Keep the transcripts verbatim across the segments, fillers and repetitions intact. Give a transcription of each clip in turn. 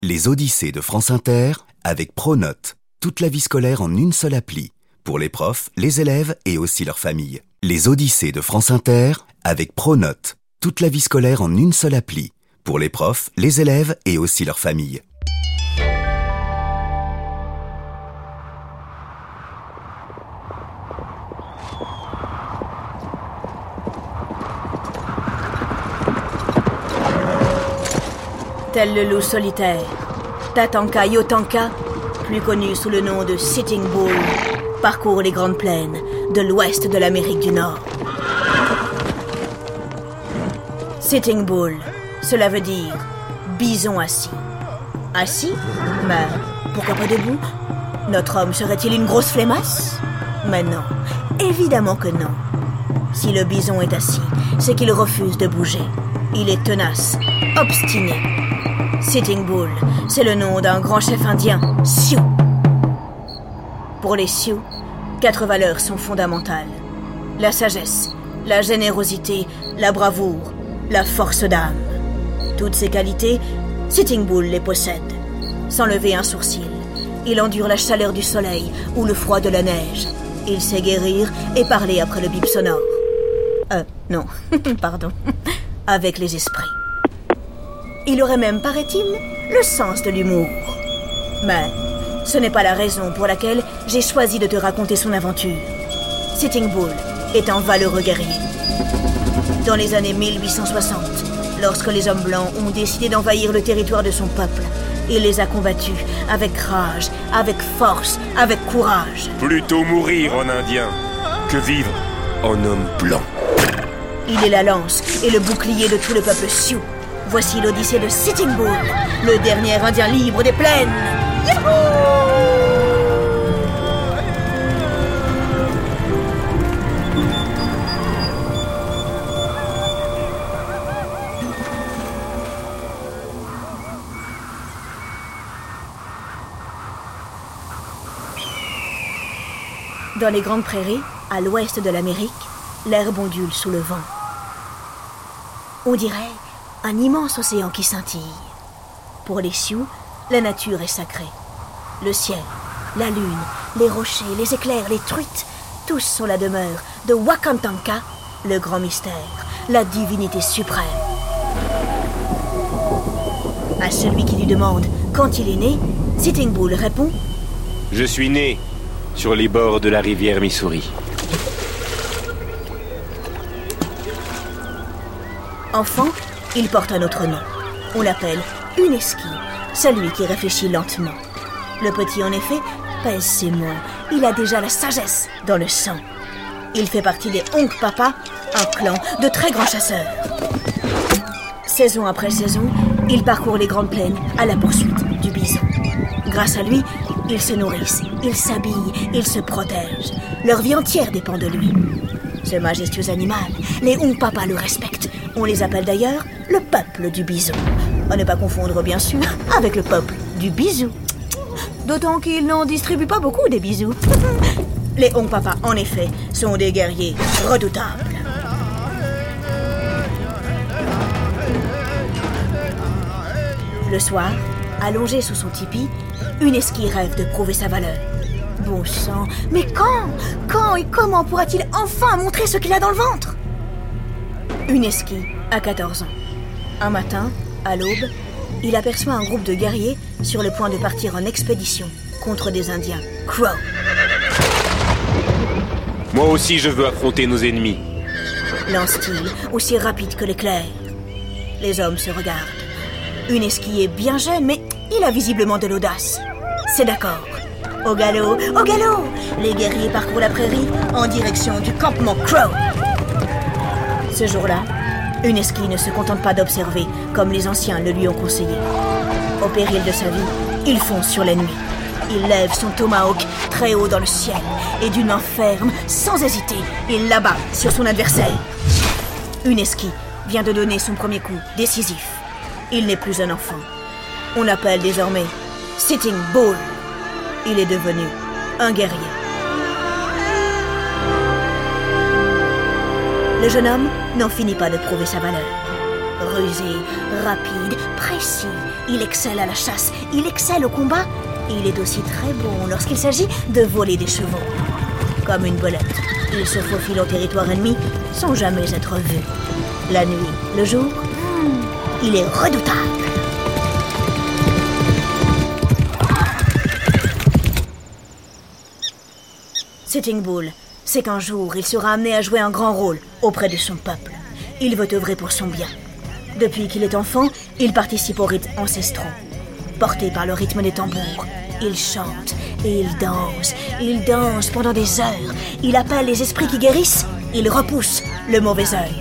Les Odyssées de France Inter avec Pronote. Toute la vie scolaire en une seule appli. Pour les profs, les élèves et aussi leurs familles. Les Odyssées de France Inter avec Pronote. Toute la vie scolaire en une seule appli. Pour les profs, les élèves et aussi leurs familles. Tel le loup solitaire, Tatanka Yotanka, plus connu sous le nom de Sitting Bull, parcourt les grandes plaines de l'ouest de l'Amérique du Nord. Sitting Bull, cela veut dire bison assis. Assis? Mais pourquoi pas debout? Notre homme serait-il une grosse flemmasse? Mais non, évidemment que non. Si le bison est assis, c'est qu'il refuse de bouger. Il est tenace, obstiné. Sitting Bull, c'est le nom d'un grand chef indien, Sioux. Pour les Sioux, quatre valeurs sont fondamentales. La sagesse, la générosité, la bravoure, la force d'âme. Toutes ces qualités, Sitting Bull les possède. Sans lever un sourcil, il endure la chaleur du soleil ou le froid de la neige. Il sait guérir et parler après le bip sonore. Euh, non, pardon. Avec les esprits. Il aurait même, paraît-il, le sens de l'humour. Mais ce n'est pas la raison pour laquelle j'ai choisi de te raconter son aventure. Sitting Bull est un valeureux guerrier. Dans les années mille huit cent soixante, lorsque les hommes blancs ont décidé d'envahir le territoire de son peuple, il les a combattus avec rage, avec force, avec courage. Plutôt mourir en indien que vivre en homme blanc. Il est la lance et le bouclier de tout le peuple Sioux. Voici l'Odyssée de Sitting Bull, le dernier indien libre des plaines. Yahoo! Dans les grandes prairies, à l'ouest de l'Amérique, l'herbe ondule sous le vent. On dirait un immense océan qui scintille. Pour les Sioux, la nature est sacrée. Le ciel, la lune, les rochers, les éclairs, les truites, tous sont la demeure de Wakantanka, le grand mystère, la divinité suprême. À celui qui lui demande quand il est né, Sitting Bull répond « Je suis né sur les bords de la rivière Missouri. » Enfant, il porte un autre nom. On l'appelle Uneski, celui qui réfléchit lentement. Le petit, en effet, pèse ses mots. Il a déjà la sagesse dans le sang. Il fait partie des Onkpapa, un clan de très grands chasseurs. Saison après saison, il parcourt les grandes plaines à la poursuite du bison. Grâce à lui, ils se nourrissent, ils s'habillent, ils se protègent. Leur vie entière dépend de lui. Ce majestueux animal, les Onkpapa le respectent. On les appelle d'ailleurs le peuple du bison. À ne pas confondre, bien sûr, avec le peuple du bisou. D'autant qu'ils n'en distribuent pas beaucoup des bisous. Les Onkpapa, en effet, sont des guerriers redoutables. Le soir, allongé sous son tipi, Uneski rêve de prouver sa valeur. Bon sang, mais quand Quand et comment pourra-t-il enfin montrer ce qu'il a dans le ventre? Uneski a quatorze ans. Un matin, à l'aube, il aperçoit un groupe de guerriers sur le point de partir en expédition contre des Indiens Crow. Moi aussi, je veux affronter nos ennemis. Lance-t-il, aussi rapide que l'éclair. Les hommes se regardent. Uneski est bien jeune, mais il a visiblement de l'audace. C'est d'accord. Au galop, au galop, les guerriers parcourent la prairie en direction du campement Crow. Ce jour-là, Uneski ne se contente pas d'observer comme les anciens le lui ont conseillé. Au péril de sa vie, il fonce sur l'ennemi. Il lève son tomahawk très haut dans le ciel et d'une main ferme, sans hésiter, il l'abat sur son adversaire. Uneski vient de donner son premier coup décisif. Il n'est plus un enfant. On l'appelle désormais Sitting Bull. Il est devenu un guerrier. Le jeune homme n'en finit pas de prouver sa valeur. Rusé, rapide, précis, Il excelle à la chasse, il excelle au combat. Il est aussi très bon lorsqu'il s'agit de voler des chevaux. Comme une belette, il se faufile au territoire ennemi sans jamais être vu. La nuit, le jour, il est redoutable. Sitting Bull sait qu'un jour, il sera amené à jouer un grand rôle auprès de son peuple. Il veut œuvrer pour son bien. Depuis qu'il est enfant, il participe aux rites ancestraux. Porté par le rythme des tambours, il chante et il danse. Il danse pendant des heures. Il appelle les esprits qui guérissent. Il repousse le mauvais œil.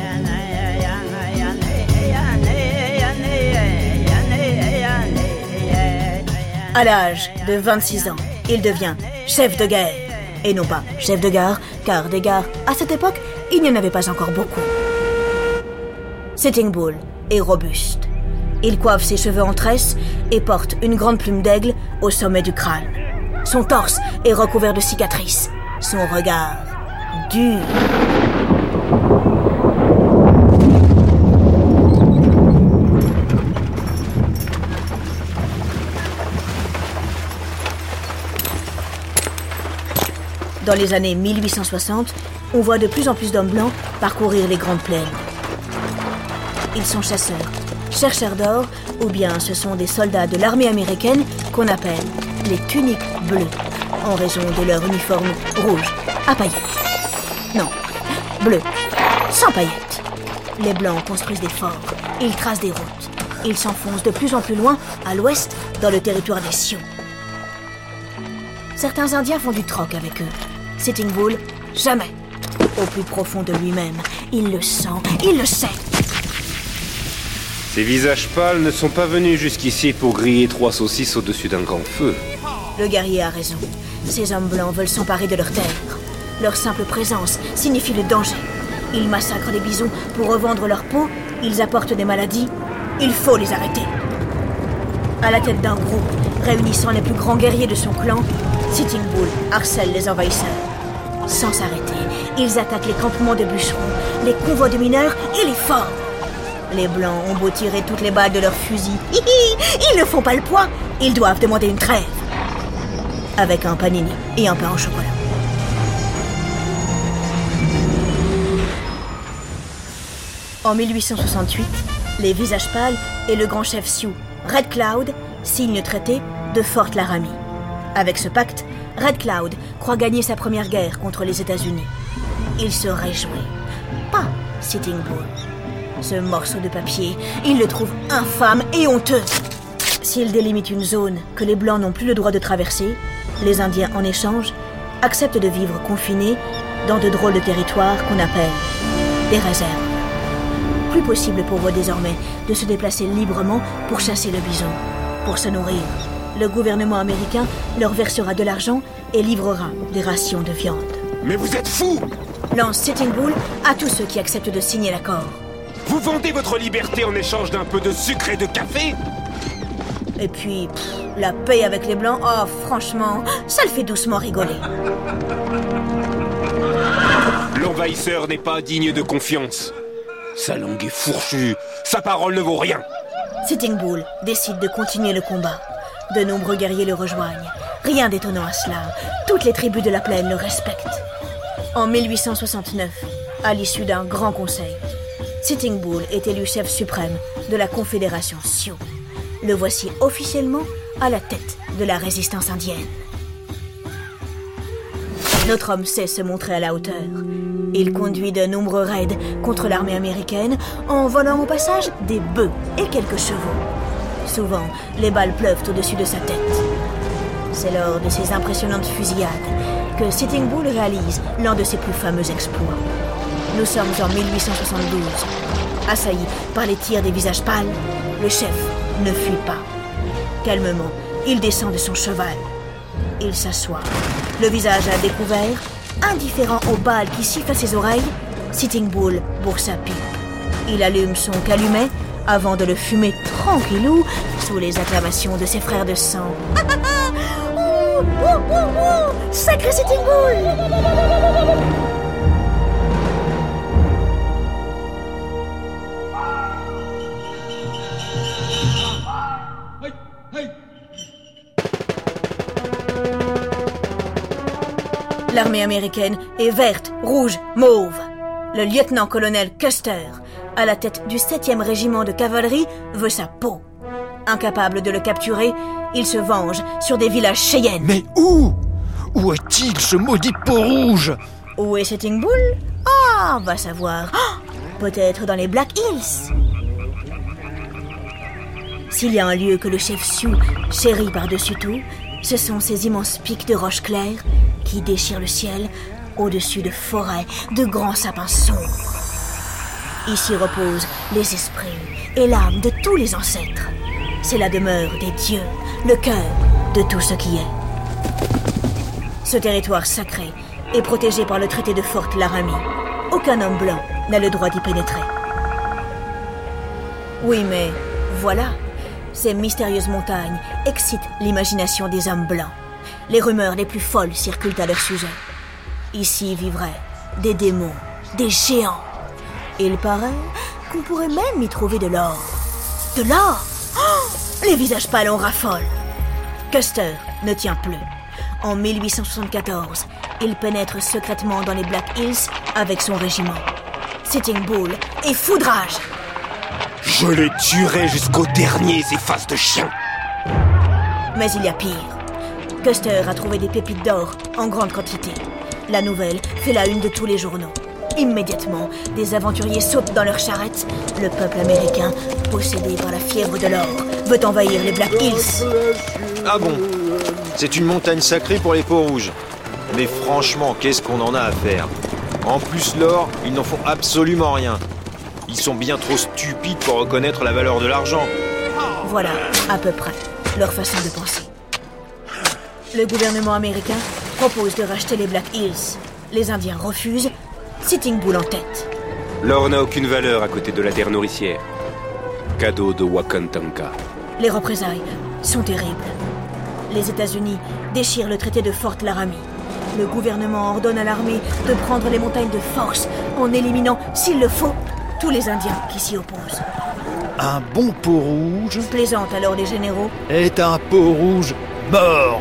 À l'âge de vingt-six ans, il devient chef de guerre. Et non pas chef de gare, car des gares, à cette époque, il n'y en avait pas encore beaucoup. Sitting Bull est robuste. Il coiffe ses cheveux en tresse et porte une grande plume d'aigle au sommet du crâne. Son torse est recouvert de cicatrices. Son regard, dur. Dans les années mille huit cent soixante, on voit de plus en plus d'hommes blancs parcourir les grandes plaines. Ils sont chasseurs, chercheurs d'or, ou bien ce sont des soldats de l'armée américaine qu'on appelle les tuniques bleues, en raison de leur uniforme rouge à paillettes. Non, bleu, sans paillettes. Les Blancs construisent des forts, ils tracent des routes. Ils s'enfoncent de plus en plus loin, à l'ouest, dans le territoire des Sioux. Certains Indiens font du troc avec eux. Sitting Bull, jamais. Au plus profond de lui-même, il le sent, il le sait. Ces visages pâles ne sont pas venus jusqu'ici pour griller trois saucisses au-dessus d'un grand feu. Le guerrier a raison. Ces hommes blancs veulent s'emparer de leur terre. Leur simple présence signifie le danger. Ils massacrent les bisons pour revendre leur peau. Ils apportent des maladies. Il faut les arrêter. À la tête d'un groupe réunissant les plus grands guerriers de son clan, Sitting Bull harcèle les envahisseurs. Sans s'arrêter, ils attaquent les campements de bûcherons, les convois de mineurs et les forts. Les Blancs ont beau tirer toutes les balles de leurs fusils, ils ne font pas le poids. Ils doivent demander une trêve. Avec un panini et un pain au chocolat. En mille huit cent soixante-huit, les Visages Pâles et le grand chef Sioux, Red Cloud, signent le traité de Fort Laramie. Avec ce pacte, Red Cloud croit gagner sa première guerre contre les États-Unis. Il se réjouit. Pas Sitting Bull. Ce morceau de papier, il le trouve infâme et honteux. S'il délimite une zone que les Blancs n'ont plus le droit de traverser, les Indiens, en échange, acceptent de vivre confinés dans de drôles de territoires qu'on appelle des réserves. Plus possible pour eux désormais de se déplacer librement pour chasser le bison, pour se nourrir. Le gouvernement américain leur versera de l'argent et livrera des rations de viande. Mais vous êtes fous! Lance Sitting Bull à tous ceux qui acceptent de signer l'accord. Vous vendez votre liberté en échange d'un peu de sucre et de café? Et puis, pff, la paix avec les Blancs, oh franchement, ça le fait doucement rigoler. L'envahisseur n'est pas digne de confiance. Sa langue est fourchue, sa parole ne vaut rien. Sitting Bull décide de continuer le combat. De nombreux guerriers le rejoignent. Rien d'étonnant à cela. Toutes les tribus de la plaine le respectent. En mille huit cent soixante-neuf, à l'issue d'un grand conseil, Sitting Bull est élu chef suprême de la Confédération Sioux. Le voici officiellement à la tête de la résistance indienne. Notre homme sait se montrer à la hauteur. Il conduit de nombreux raids contre l'armée américaine en volant au passage des bœufs et quelques chevaux. Souvent, les balles pleuvent au-dessus de sa tête. C'est lors de ces impressionnantes fusillades que Sitting Bull réalise l'un de ses plus fameux exploits. Nous sommes en mille huit cent soixante-douze. Assailli par les tirs des Visages Pâles, le chef ne fuit pas. Calmement, il descend de son cheval. Il s'assoit, le visage à découvert, indifférent aux balles qui sifflent à ses oreilles. Sitting Bull bourre sa pipe. Il allume son calumet avant de le fumer tranquillou sous les acclamations de ses frères de sang. Ouh, ouh, ouh, ouh, sacré Sitting Bull! L'armée américaine est verte, rouge, mauve. Le lieutenant-colonel Custer, à la tête du septième régiment de cavalerie, veut sa peau. Incapable de le capturer, il se venge sur des villages Cheyennes. Mais où? Où est-il, ce maudit peau rouge? Où est Sitting Bull? Ah, va savoir. Oh, peut-être dans les Black Hills. S'il y a un lieu que le chef Sioux chérit par-dessus tout, ce sont ces immenses pics de roches claires qui déchirent le ciel au-dessus de forêts de grands sapins sombres. Ici reposent les esprits et l'âme de tous les ancêtres. C'est la demeure des dieux, le cœur de tout ce qui est. Ce territoire sacré est protégé par le traité de Fort Laramie. Aucun homme blanc n'a le droit d'y pénétrer. Oui, mais voilà, ces mystérieuses montagnes excitent l'imagination des hommes blancs. Les rumeurs les plus folles circulent à leur sujet. Ici vivraient des démons, des géants. Il paraît qu'on pourrait même y trouver de l'or. De l'or? Oh, les visages pâles en raffolent. Custer ne tient plus. En mille huit cent soixante-quatorze, il pénètre secrètement dans les Black Hills avec son régiment. Sitting Bull est fou de rage. Je les tuerai jusqu'au dernier, ces faces de chiens. Mais il y a pire. Custer a trouvé des pépites d'or en grande quantité. La nouvelle fait la une de tous les journaux. Immédiatement, des aventuriers sautent dans leurs charrettes. Le peuple américain, possédé par la fièvre de l'or, veut envahir les Black Hills. Ah bon? C'est une montagne sacrée pour les peaux rouges. Mais franchement, qu'est-ce qu'on en a à faire? En plus, l'or, ils n'en font absolument rien. Ils sont bien trop stupides pour reconnaître la valeur de l'argent. Voilà, à peu près, leur façon de penser. Le gouvernement américain propose de racheter les Black Hills. Les Indiens refusent, Sitting Bull en tête. L'or n'a aucune valeur à côté de la terre nourricière. Cadeau de Wakantanka. Les représailles sont terribles. Les États-Unis déchirent le traité de Fort Laramie. Le gouvernement ordonne à l'armée de prendre les montagnes de force en éliminant, s'il le faut, tous les Indiens qui s'y opposent. Un bon peau rouge Plaisantent alors les généraux. est un peau rouge mort.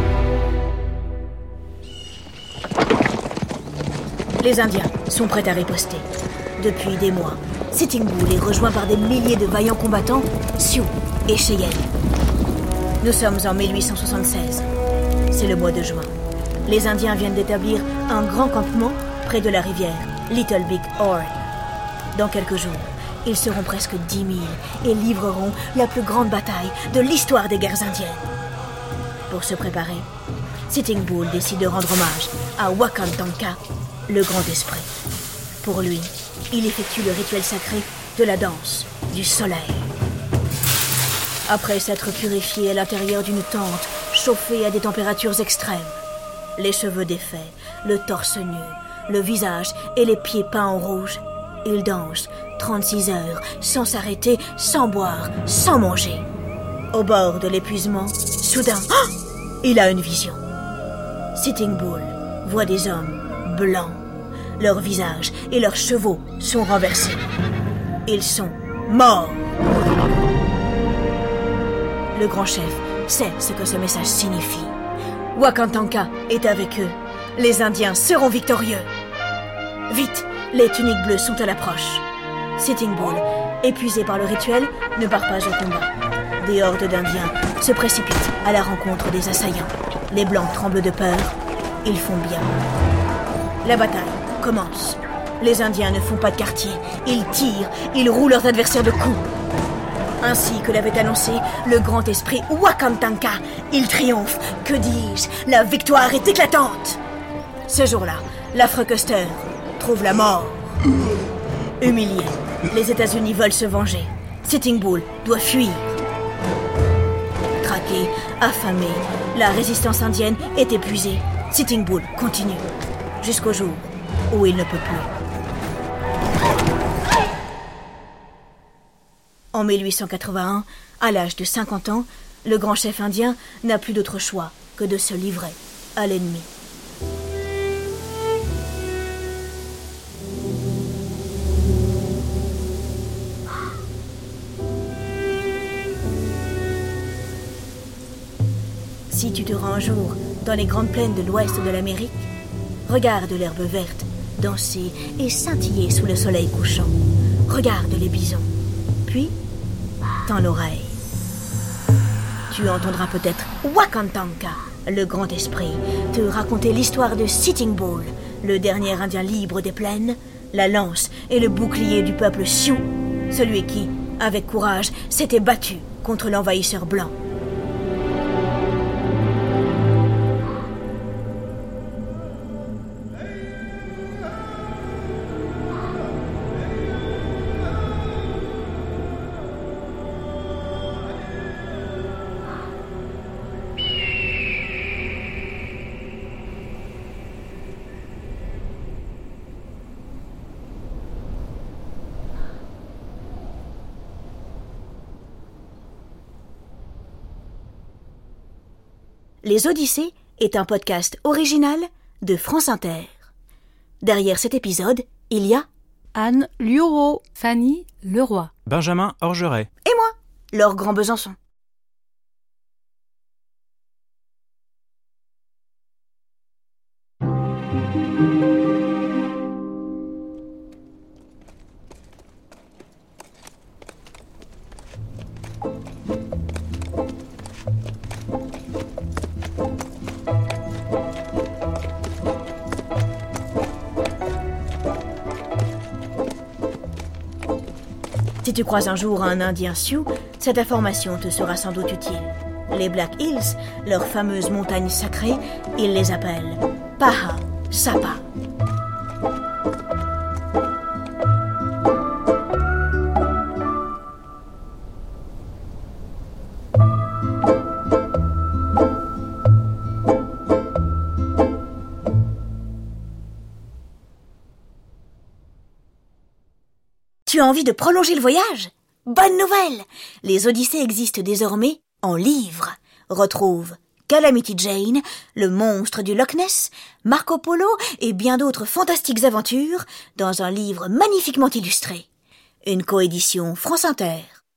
Les Indiens sont prêts à riposter. Depuis des mois, Sitting Bull est rejoint par des milliers de vaillants combattants, Sioux et Cheyennes. Nous sommes en mille huit cent soixante-seize. C'est le mois de juin. Les Indiens viennent d'établir un grand campement près de la rivière Little Big Horn. Dans quelques jours, ils seront presque dix mille et livreront la plus grande bataille de l'histoire des guerres indiennes. Pour se préparer, Sitting Bull décide de rendre hommage à Wakantanka, le grand esprit. Pour lui, il effectue le rituel sacré de la danse du soleil. Après s'être purifié à l'intérieur d'une tente chauffée à des températures extrêmes, les cheveux défaits, le torse nu, le visage et les pieds peints en rouge, il danse trente-six heures sans s'arrêter, sans boire, sans manger. Au bord de l'épuisement, soudain, oh, il a une vision. Sitting Bull voit des hommes blancs. Leurs visages et leurs chevaux sont renversés. Ils sont morts. Le grand chef sait ce que ce message signifie. Wakantanka est avec eux. Les Indiens seront victorieux. Vite, les tuniques bleues sont à l'approche. Sitting Bull, épuisé par le rituel, ne part pas au combat. Des hordes d'Indiens se précipitent à la rencontre des assaillants. Les Blancs tremblent de peur. Ils font bien. La bataille commence. Les Indiens ne font pas de quartier. Ils tirent, ils roulent leurs adversaires de coups. Ainsi que l'avait annoncé le grand esprit Wakantanka, il triomphe. Que dis-je, la victoire est éclatante. Ce jour-là, l'affreux Custer trouve la mort. Humiliés, les États-Unis veulent se venger. Sitting Bull doit fuir. Traqué, affamé, la résistance indienne est épuisée. Sitting Bull continue, jusqu'au jour où il ne peut plus. En mille huit cent quatre-vingt-un, à l'âge de cinquante ans, le grand chef indien n'a plus d'autre choix que de se livrer à l'ennemi. Si tu te rends un jour dans les grandes plaines de l'ouest de l'Amérique, Regarde l'herbe verte danser et scintiller sous le soleil couchant. Regarde les bisons. Puis, tends l'oreille. Tu entendras peut-être Wakantanka, le grand esprit, te raconter l'histoire de Sitting Bull, le dernier indien libre des plaines, la lance et le bouclier du peuple Sioux, celui qui, avec courage, s'était battu contre l'envahisseur blanc. Les Odyssées est un podcast original de France Inter. Derrière cet épisode, il y a Anne Liureau, Fanny Leroy, Benjamin Orgeret et moi, Laure Grand-Besançon. Si tu croises un jour un Indien Sioux, cette information te sera sans doute utile. Les Black Hills, leur fameuse montagne sacrée, ils les appellent Paha Sapa. Tu as envie de prolonger le voyage ? Bonne nouvelle ! Les Odyssées existent désormais en livre. Retrouve Calamity Jane, le monstre du Loch Ness, Marco Polo et bien d'autres fantastiques aventures dans un livre magnifiquement illustré. Une coédition France Inter.